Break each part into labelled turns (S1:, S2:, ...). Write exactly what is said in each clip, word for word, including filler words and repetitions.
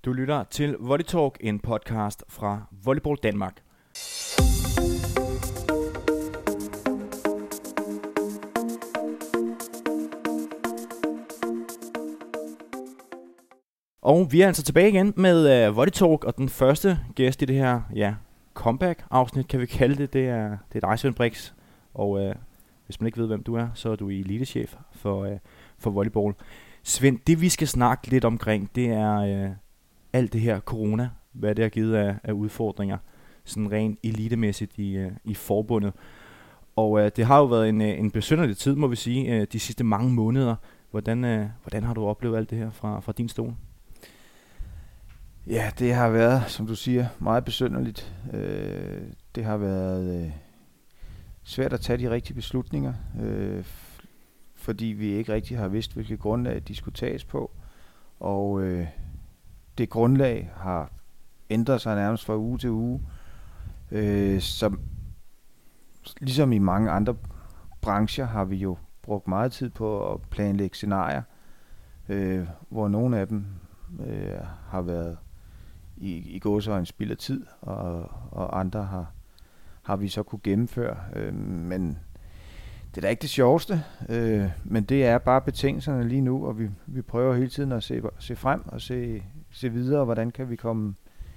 S1: Du lytter til Volley Talk, en podcast fra Volleyball Danmark. Og vi er altså tilbage igen med uh, Volley Talk, og den første gæst i det her ja, comeback-afsnit, kan vi kalde det, det er, det er dig, Svend Brix. Og uh, hvis man ikke ved, hvem du er, så er du elitechef for, uh, for volleyball. Svend, det vi skal snakke lidt omkring, det er uh, alt det her corona, hvad det har givet af, af udfordringer, sådan rent elitemæssigt i, uh, i forbundet. Og uh, det har jo været en, uh, en besynderlig tid, må vi sige, uh, de sidste mange måneder. Hvordan, uh, hvordan har du oplevet alt det her fra, fra din stol?
S2: Ja, det har været, som du siger, meget besynderligt. Øh, det har været øh, svært at tage de rigtige beslutninger, øh, f- fordi vi ikke rigtig har vidst, hvilket grundlag de skulle tages på. Og øh, det grundlag har ændret sig nærmest fra uge til uge. Øh, som, ligesom i mange andre brancher har vi jo brugt meget tid på at planlægge scenarier, øh, hvor nogle af dem øh, har været i, i gåseøjne spild af tid, og, og andre har, har vi så kunne gennemføre. Øh, men det er da ikke det sjoveste, øh, men det er bare betingelserne lige nu, og vi, vi prøver hele tiden at se, se frem og se, se videre, hvordan kan vi komme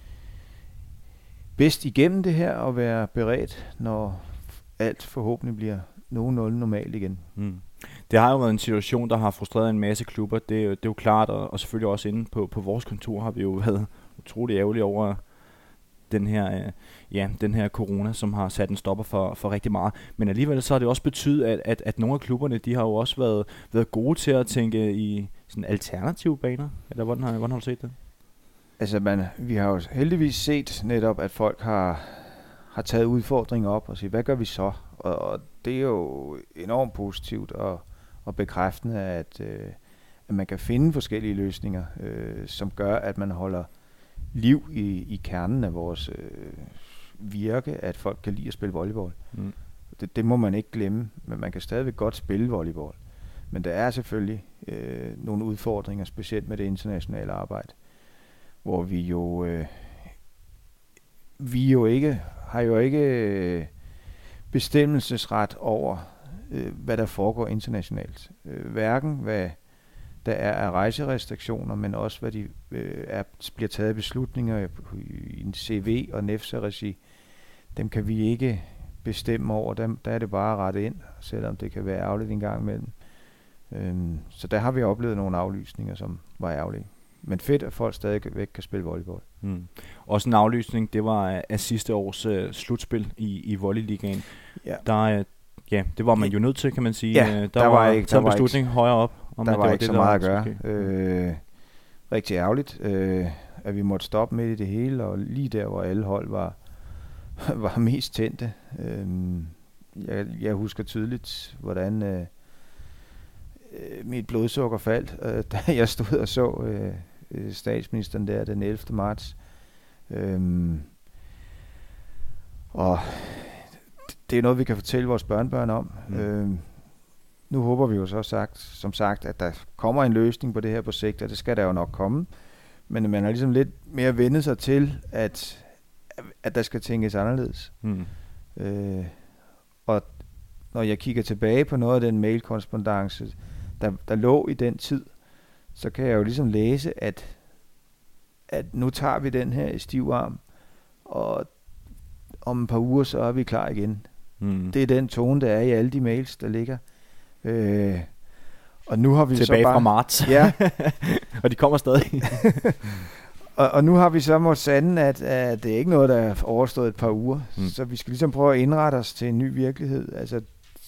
S2: bedst igennem det her og være beredt, når alt forhåbentlig bliver nogenlunde normalt igen.
S1: Mm. Det har jo været en situation, der har frustreret en masse klubber, det, det er jo klart, og, og selvfølgelig også inde på, på vores kontor har vi jo været utrolig ærgerlige over den her, øh, ja, den her corona, som har sat en stopper for, for rigtig meget. Men alligevel så har det også betydet, at, at, at nogle af klubberne, de har jo også været, været gode til at tænke i sådan alternative baner. Eller hvordan har, hvordan har du set det?
S2: Altså, man, vi har jo heldigvis set netop, at folk har, har taget udfordringer op og sagt, hvad gør vi så? Og, og det er jo enormt positivt og, og bekræftende, at, øh, at man kan finde forskellige løsninger, øh, som gør, at man holder liv i, i kernen af vores øh, virke, at folk kan lide at spille volleyball. Mm. Det, det må man ikke glemme, men man kan stadigvæk godt spille volleyball. Men der er selvfølgelig øh, nogle udfordringer, specielt med det internationale arbejde, hvor vi jo øh, vi jo ikke har jo ikke øh, bestemmelsesret over, øh, hvad der foregår internationalt. Øh, hverken hvad der er af rejserestriktioner, men også hvad de øh, er, bliver taget beslutninger i en C V og N E F S A-regi. Dem kan vi ikke bestemme over. Dem, der er det bare at rette ind, selvom det kan være ærgerligt en gang imellem. Øhm, så der har vi oplevet nogle aflysninger, som var ærgerlige. Men fedt, at folk stadigvæk kan spille volleyball.
S1: Mm. Også en aflysning, det var af sidste års uh, slutspil i, i Volleyligaen. Ja. Der, uh, ja, det var man jo nødt til, kan man sige.
S2: Ja,
S1: der,
S2: der var ikke
S1: taget en beslutning ikke, højere op.
S2: Om der var, var ikke det, så meget at gøre. Øh, rigtig ærgerligt, øh, at vi måtte stoppe midt i det hele, og lige der, hvor alle hold var, var mest tændte. Øh, jeg, jeg husker tydeligt, hvordan øh, mit blodsukker faldt, øh, da jeg stod og så øh, statsministeren der den ellevte marts. Øh, og det er noget, vi kan fortælle vores børnebørn om. Mm. Øh, Nu håber vi jo så sagt, som sagt, at der kommer en løsning på det her projekt, og det skal der jo nok komme. Men man har ligesom lidt mere vendet sig til, at, at der skal tænkes anderledes. Mm. Øh, og når jeg kigger tilbage på noget af den mailkorrespondance, der, der lå i den tid, så kan jeg jo ligesom læse, at, at nu tager vi den her i stiv arm, og om et par uger, så er vi klar igen. Mm. Det er den tone, der er i alle de mails, der ligger. Øh, og nu har vi
S1: tilbage
S2: så bare,
S1: fra marts.
S2: Ja.
S1: Og de kommer stadig.
S2: og, og nu har vi så måttet sande, at, at det er ikke noget, der er overstået et par uger. Mm. Så vi skal ligesom prøve at indrette os til en ny virkelighed. Altså,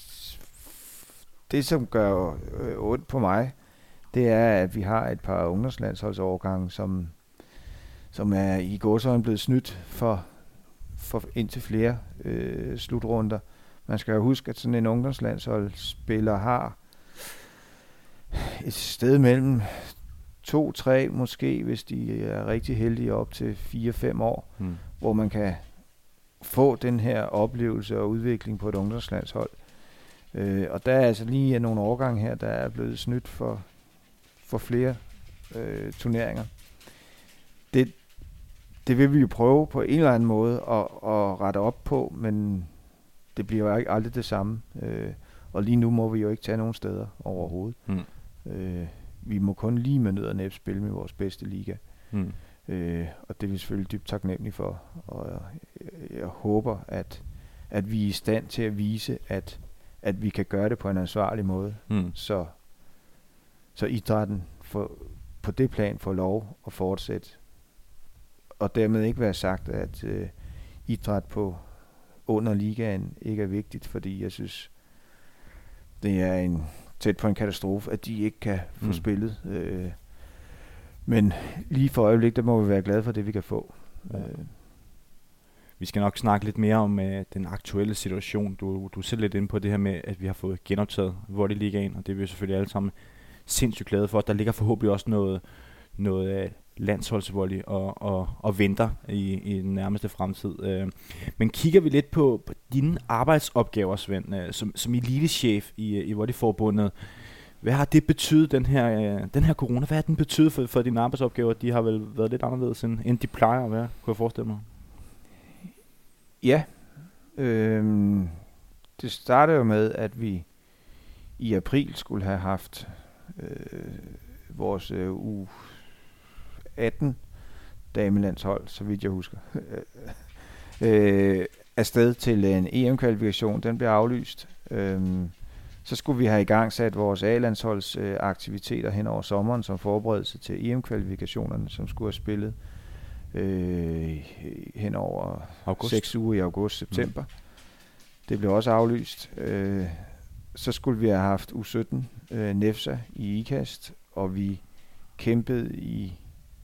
S2: det, som gør øh, ondt på mig, det er, at vi har et par ungdomslandsholdsovergange, som, som er i gåseøjne blevet snydt for, for indtil flere øh, slutrunder. Man skal jo huske, at sådan en ungdomslandsholdsspiller har et sted mellem to, tre, måske, hvis de er rigtig heldige, op til fire, fem år, hmm. hvor man kan få den her oplevelse og udvikling på et ungdomslandshold. Øh, og der er altså lige nogle årgange her, der er blevet snydt for, for flere øh, turneringer. det, det vil vi jo prøve på en eller anden måde at, at rette op på, men det bliver jo ikke aldrig det samme. Øh, og lige nu må vi jo ikke tage nogen steder overhovedet. Mm. Øh, vi må kun lige med nød og næppe spille med vores bedste liga. Mm. Øh, og det er vi selvfølgelig dybt taknemmelige for. Og jeg, jeg håber, at, at vi er i stand til at vise, at, at vi kan gøre det på en ansvarlig måde. Mm. Så, så idrætten får, på det plan får lov at fortsætte. Og dermed ikke være sagt, at øh, idræt på under ligaen ikke er vigtigt, fordi jeg synes, det er en tæt på en katastrofe, at de ikke kan få mm. spillet. Øh, men lige for øjeblikket, der må vi være glade for det, vi kan få. Ja. Øh.
S1: Vi skal nok snakke lidt mere om øh, den aktuelle situation. Du, du er selv lidt inde på det her med, at vi har fået genoptaget Volley-ligaen, og det er vi selvfølgelig alle sammen sindssygt glade for. Der ligger forhåbentlig også noget, noget øh, landsholdsvolley og, og, og venter i, i den nærmeste fremtid. Øh, men kigger vi lidt på, på dine arbejdsopgaver, Svend, øh, som, som elitechef i, i Volleyforbundet. Hvad har det betydet, den her, øh, den her corona? Hvad har den betydet for, for dine arbejdsopgaver? De har vel været lidt anderledes, end, end de plejer at være, kunne jeg forestille mig.
S2: Ja. Øh, det startede jo med, at vi i april skulle have haft øh, vores øh, U atten damelandshold, så vidt jeg husker, øh, afsted til en E M-kvalifikation. Den blev aflyst. Øhm, så skulle vi have i gang sat vores A-landsholds øh, aktiviteter hen over sommeren som forberedelse til E M-kvalifikationerne, som skulle have spillet øh, hen over august. seks uger i august-september. Mm. Det blev også aflyst. Øh, så skulle vi have haft U sytten øh, Nefsa i IKAST, og vi kæmpede i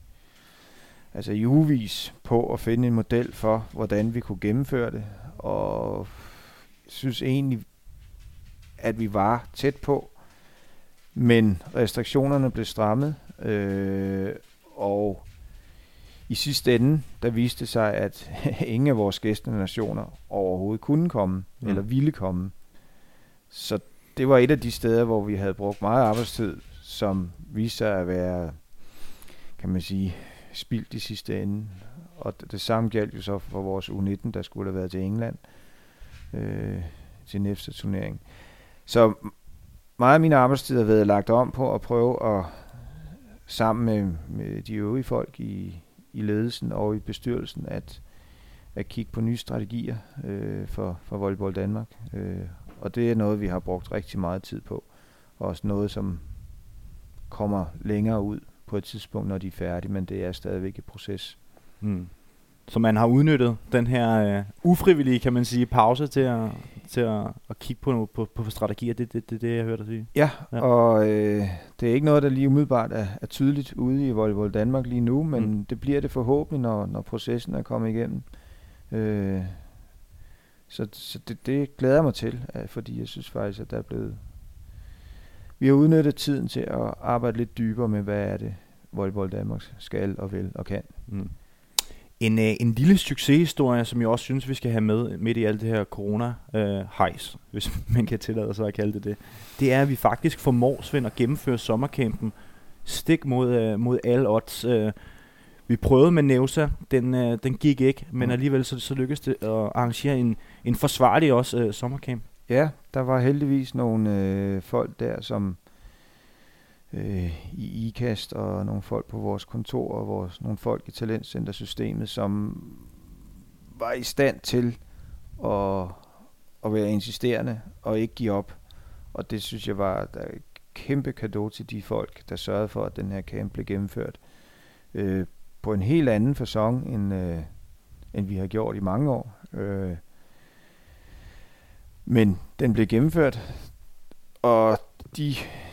S2: altså i ugevis på at finde en model for, hvordan vi kunne gennemføre det, og synes egentlig, at vi var tæt på, men restriktionerne blev strammet, øh, og i sidste ende, der viste det sig, at ingen af vores gæstenationer overhovedet kunne komme, mm. eller ville komme. Så det var et af de steder, hvor vi havde brugt meget arbejdstid, som viste sig at være, kan man sige, spildt i sidste ende. Og det, det samme galt jo så for vores U nitten, der skulle have været til England øh, til næste turnering. Så meget af min arbejdstid har været lagt om på at prøve at sammen med, med de øvrige folk i, i ledelsen og i bestyrelsen at, at kigge på nye strategier øh, for, for Volleyball Danmark. Øh, og det er noget, vi har brugt rigtig meget tid på. Også noget, som kommer længere ud på et tidspunkt, når de er færdige, men det er stadigvæk et proces. Mm.
S1: Så man har udnyttet den her øh, ufrivillige, kan man sige, pause til at, til at, at kigge på, på, på strategier. Det er det, det, det, jeg hørte dig sige.
S2: Ja, ja. og øh, det er ikke noget, der lige umiddelbart er, er tydeligt ude i Volleyball Danmark lige nu, men mm. det bliver det forhåbentlig, når, når processen er kommet igennem. Øh, så så det, det glæder mig til, fordi jeg synes faktisk, at der er blevet... Vi har udnyttet tiden til at arbejde lidt dybere med, hvad er det, Volleyball Danmark skal og vil og kan. Mm.
S1: En, øh, en lille succeshistorie, som jeg også synes, vi skal have med midt i alt det her corona-hejs, øh, hvis man kan tillade sig at kalde det det, det er, at vi faktisk formår, Svend, at gennemføre sommercampen stik mod, øh, mod alle odds. Øh, vi prøvede med Nevsa, den, øh, den gik ikke, men alligevel så, så lykkedes det at arrangere en, en forsvarlig også øh, sommercamp.
S2: Ja, der var heldigvis nogle øh, folk der, som øh, i IKAST og nogle folk på vores kontor og vores, nogle folk i Talentcentersystemet, som var i stand til at, at være insisterende og ikke give op. Og det synes jeg var der et kæmpe cadeau til de folk, der sørgede for, at den her camp blev gennemført øh, på en helt anden facon, end, øh, end vi har gjort i mange år. Øh, Men den blev gennemført, og de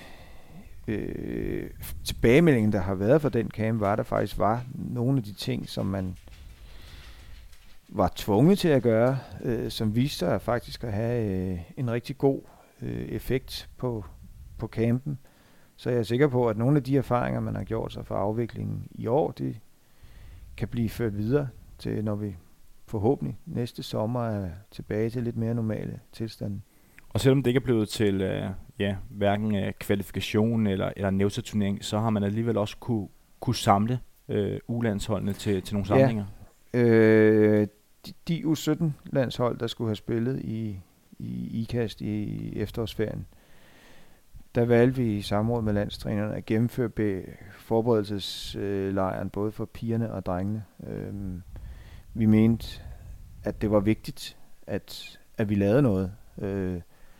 S2: øh, tilbagemeldinger, der har været for den camp, var der faktisk var nogle af de ting, som man var tvunget til at gøre, øh, som viste sig faktisk at have øh, en rigtig god øh, effekt på, på campen. Så jeg er sikker på, at nogle af de erfaringer, man har gjort sig for afviklingen i år, det kan blive ført videre til, når vi forhåbentlig næste sommer er tilbage til lidt mere normale tilstande.
S1: Og selvom det ikke er blevet til øh, ja, hverken øh, kvalifikation eller, eller nævseturnering, så har man alligevel også kunne, kunne samle øh, U-landsholdene til, til nogle samlinger?
S2: Ja. Øh, de, de U sytten-landshold, der skulle have spillet i, i IKAST i efterårsferien, der valgte vi i samråd med landstrænerne at gennemføre be- forberedelseslejren både for pigerne og drengene. Øhm, vi mente, at det var vigtigt, at, at vi lavede noget. Øh,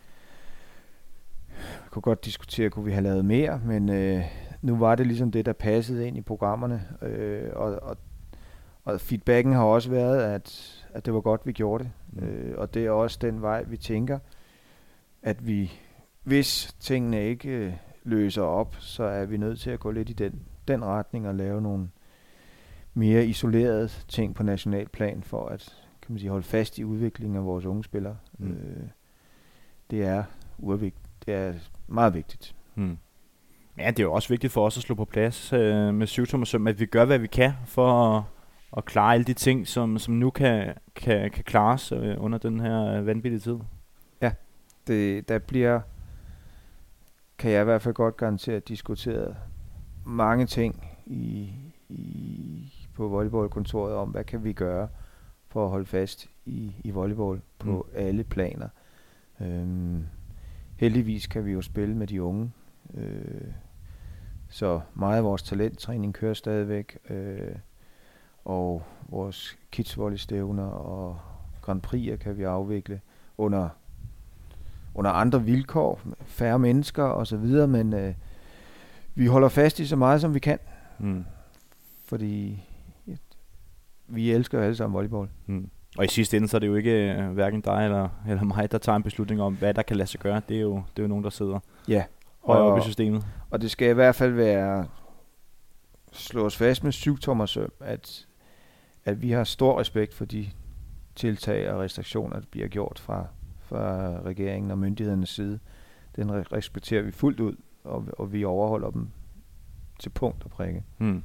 S2: vi kunne godt diskutere, kunne vi have lavet mere, men øh, nu var det ligesom det, der passede ind i programmerne. Øh, og, og, og feedbacken har også været, at, at det var godt, vi gjorde det. Mm. Øh, og det er også den vej, vi tænker, at vi... Hvis tingene ikke øh, løser op, så er vi nødt til at gå lidt i den, den retning og lave nogle mere isolerede ting på national plan for at kan man sige, holde fast i udviklingen af vores unge spillere. Mm. Øh, det er urvigt, det er meget vigtigt.
S1: Mm. Ja, det er jo også vigtigt for os at slå på plads øh, med syvtommersøm, at vi gør, hvad vi kan for at, at klare alle de ting, som, som nu kan, kan, kan klares øh, under den her øh, vanvittige tid.
S2: Ja, det, der bliver... kan jeg i hvert fald godt garantere diskuteret mange ting i, i, på volleyballkontoret om, hvad kan vi gøre for at holde fast i, i volleyball på mm. alle planer. Øhm, heldigvis kan vi jo spille med de unge, øh, så meget af vores talenttræning kører stadigvæk, øh, og vores kidsvolley-stævner og Grand Prix'er kan vi afvikle under under andre vilkår, færre mennesker og så videre, men øh, vi holder fast i så meget, som vi kan. Mm. Fordi et, vi elsker jo alle sammen volleyball.
S1: Mm. Og i sidste ende, så er det jo ikke øh, hverken dig eller, eller mig, der tager en beslutning om, hvad der kan lade sig gøre. Det er jo, det er jo nogen, der sidder
S2: ja.
S1: højere oppe i systemet.
S2: Og det skal i hvert fald være slås fast med syvtommersøm, at, at vi har stor respekt for de tiltag og restriktioner, der bliver gjort fra fra regeringen og myndighedernes side. Den respekterer vi fuldt ud, og, og vi overholder dem til punkt og prikke. Hmm.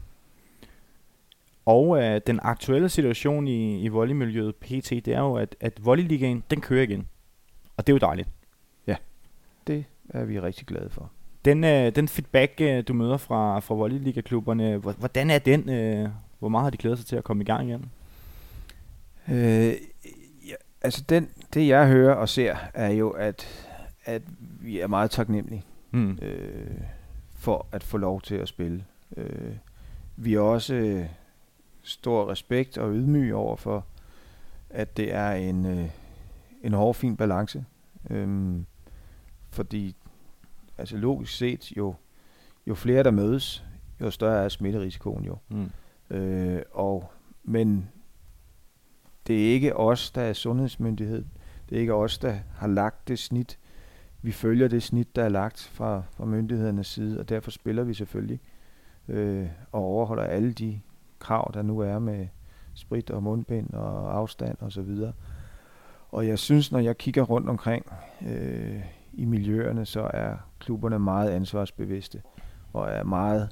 S1: Og øh, den aktuelle situation i, i volleymiljøet P T, det er jo, at, at volleyligaen, den kører igen. Og det er jo dejligt.
S2: Ja, det er vi rigtig glade for.
S1: Den, øh, den feedback, øh, du møder fra, fra volleyligaklubberne, hvordan er den? Øh, hvor meget har de glædet sig til at komme i gang igen?
S2: Øh, ja, altså den, det jeg hører og ser, er jo, at, at vi er meget taknemmelige hmm. øh, for at få lov til at spille. Øh, vi er også øh, stor respekt og ydmyg over for, at det er en, øh, en hård, fin balance. Øhm, fordi altså logisk set, jo, jo flere der mødes, jo større er smitterisikoen jo. Mm. Øh, og, men det er ikke os, der er sundhedsmyndighed. Det er ikke os, der har lagt det snit. Vi følger det snit, der er lagt fra, fra myndighedernes side, og derfor spiller vi selvfølgelig øh, og overholder alle de krav, der nu er med sprit og mundbind og afstand og så videre. Og jeg synes, når jeg kigger rundt omkring øh, i miljøerne, så er klubberne meget ansvarsbevidste og er meget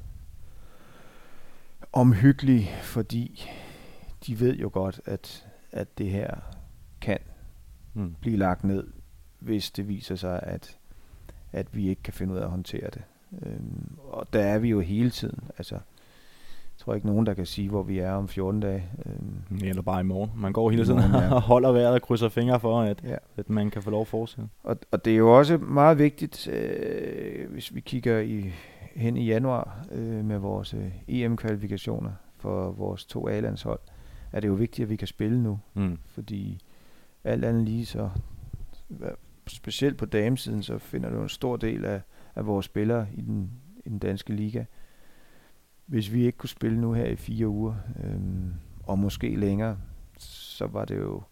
S2: omhyggelige, fordi de ved jo godt, at, at det her kan mm. blive lagt ned, hvis det viser sig, at, at vi ikke kan finde ud af at håndtere det. Øhm, og der er vi jo hele tiden. Altså, jeg tror ikke nogen, der kan sige, hvor vi er om fjorten dage.
S1: Øhm, Eller bare i morgen. Man går hele tiden morgen, ja. og holder vejret og krydser fingre for, at, ja. at man kan få lov at fortsætte.
S2: Og, og det er jo også meget vigtigt, øh, hvis vi kigger i, hen i januar øh, med vores øh, E M-kvalifikationer for vores to A-landshold, er det jo vigtigt, at vi kan spille nu. Mm. Fordi alt andet lige så, specielt på damesiden, så finder du en stor del af, af vores spillere i den, i den danske liga. Hvis vi ikke kunne spille nu her i fire uger, øhm, og måske længere, så var det jo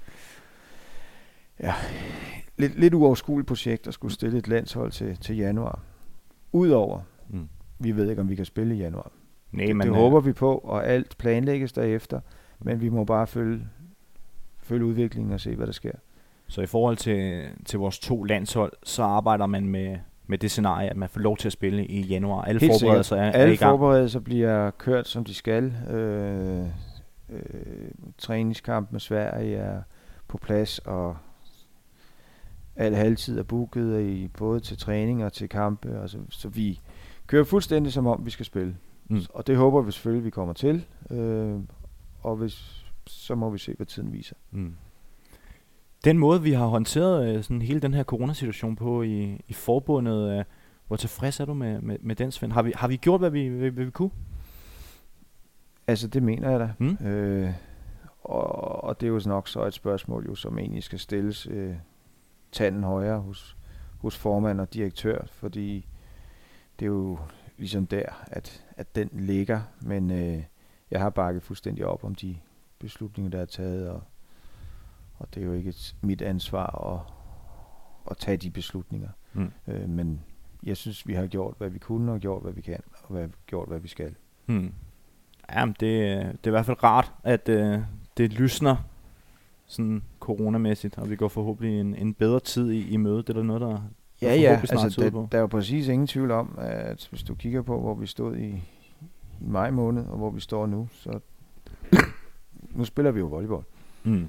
S2: ja, lidt, lidt uoverskueligt projekt at skulle stille et landshold til, til januar. Udover, mm. vi ved ikke, om vi kan spille i januar. Nej, det, det håber vi på, og alt planlægges derefter, men vi må bare følge, følge udviklingen og se, hvad der sker.
S1: Så i forhold til, til vores to landshold, så arbejder man med, med det scenarie, at man får lov til at spille i januar. Alle Helt forberedelser er, er
S2: Alle
S1: i gang.
S2: forberedelser bliver kørt, som de skal. Øh, øh, træningskamp med Sverige er på plads, og al halvtid er booket i både til træning og til kampe. Altså, så vi kører fuldstændig som om, vi skal spille. Mm. Og det håber vi selvfølgelig, vi kommer til. Øh, og hvis, så må vi se, hvad tiden viser.
S1: Mm. Den måde, vi har håndteret øh, sådan hele den her coronasituation på i, i forbundet, øh, hvor tilfreds er du med, med, med den, Svend? Har vi, har vi gjort, hvad vi, hvad, hvad vi kunne?
S2: Altså, det mener jeg da.
S1: Mm.
S2: Øh, og, og det er jo nok så et spørgsmål, jo, som egentlig skal stilles øh, tanden højere hos, hos formand og direktør, fordi det er jo ligesom der, at, at den ligger. Men øh, jeg har bakket fuldstændig op om de beslutninger, der er taget, og, og det er jo ikke et, mit ansvar at, at tage de beslutninger. Mm. Øh, men jeg synes, vi har gjort, hvad vi kunne, og gjort, hvad vi kan, og hvad, gjort, hvad vi skal.
S1: Mm. Jamen, det, det er i hvert fald rart, at øh, det lysner sådan coronamæssigt, og vi går forhåbentlig en, en bedre tid i, i møde. Det er der noget, der
S2: Ja, ja, altså det, der er jo præcis ingen tvivl om, at hvis du kigger på, hvor vi stod i, i maj måned, og hvor vi står nu, så nu spiller vi jo volleyball. Mm.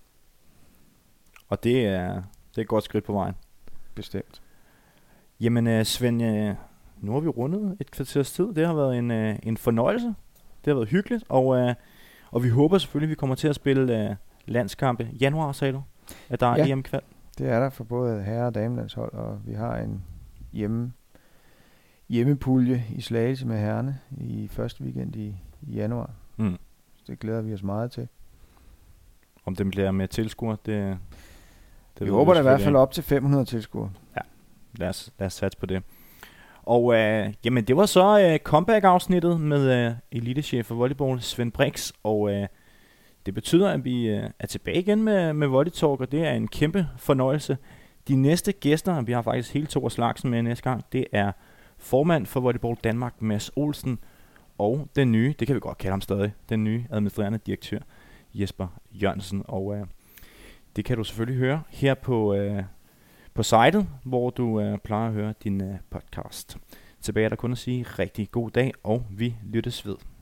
S1: Og det er, det er et godt skridt på vejen.
S2: Bestemt.
S1: Jamen Svend, nu har vi rundet et kvarters tid. Det har været en, en fornøjelse. Det har været hyggeligt, og, og vi håber selvfølgelig, at vi kommer til at spille landskampe januar, sagde du, at der er
S2: ja.
S1: E M-kval.
S2: Det er der for både herre- og damelandshold, og vi har en hjemme, hjemmepulje i Slagelse med herrene i første weekend i, i januar. Mm. Det glæder vi os meget til.
S1: Om den bliver med tilskuere, det,
S2: det vi håber da i hvert fald op til fem hundrede tilskuere.
S1: Ja, lad os, lad os satse på det. Og øh, jamen, det var så øh, comeback-afsnittet med øh, elitechef for volleyball, Svend Brix, og øh, det betyder, at vi øh, er tilbage igen med, med Volley Talk, og det er en kæmpe fornøjelse. De næste gæster, vi har faktisk hele to af slagsen med næste gang, det er formand for Volleyball Danmark, Mads Olsen, og den nye, det kan vi godt kalde ham stadig, den nye administrerende direktør, Jesper Jørgensen. Og øh, det kan du selvfølgelig høre her på, øh, på sitet, hvor du øh, plejer at høre din øh, podcast. Tilbage er der kun at sige rigtig god dag, og vi lyttes ved.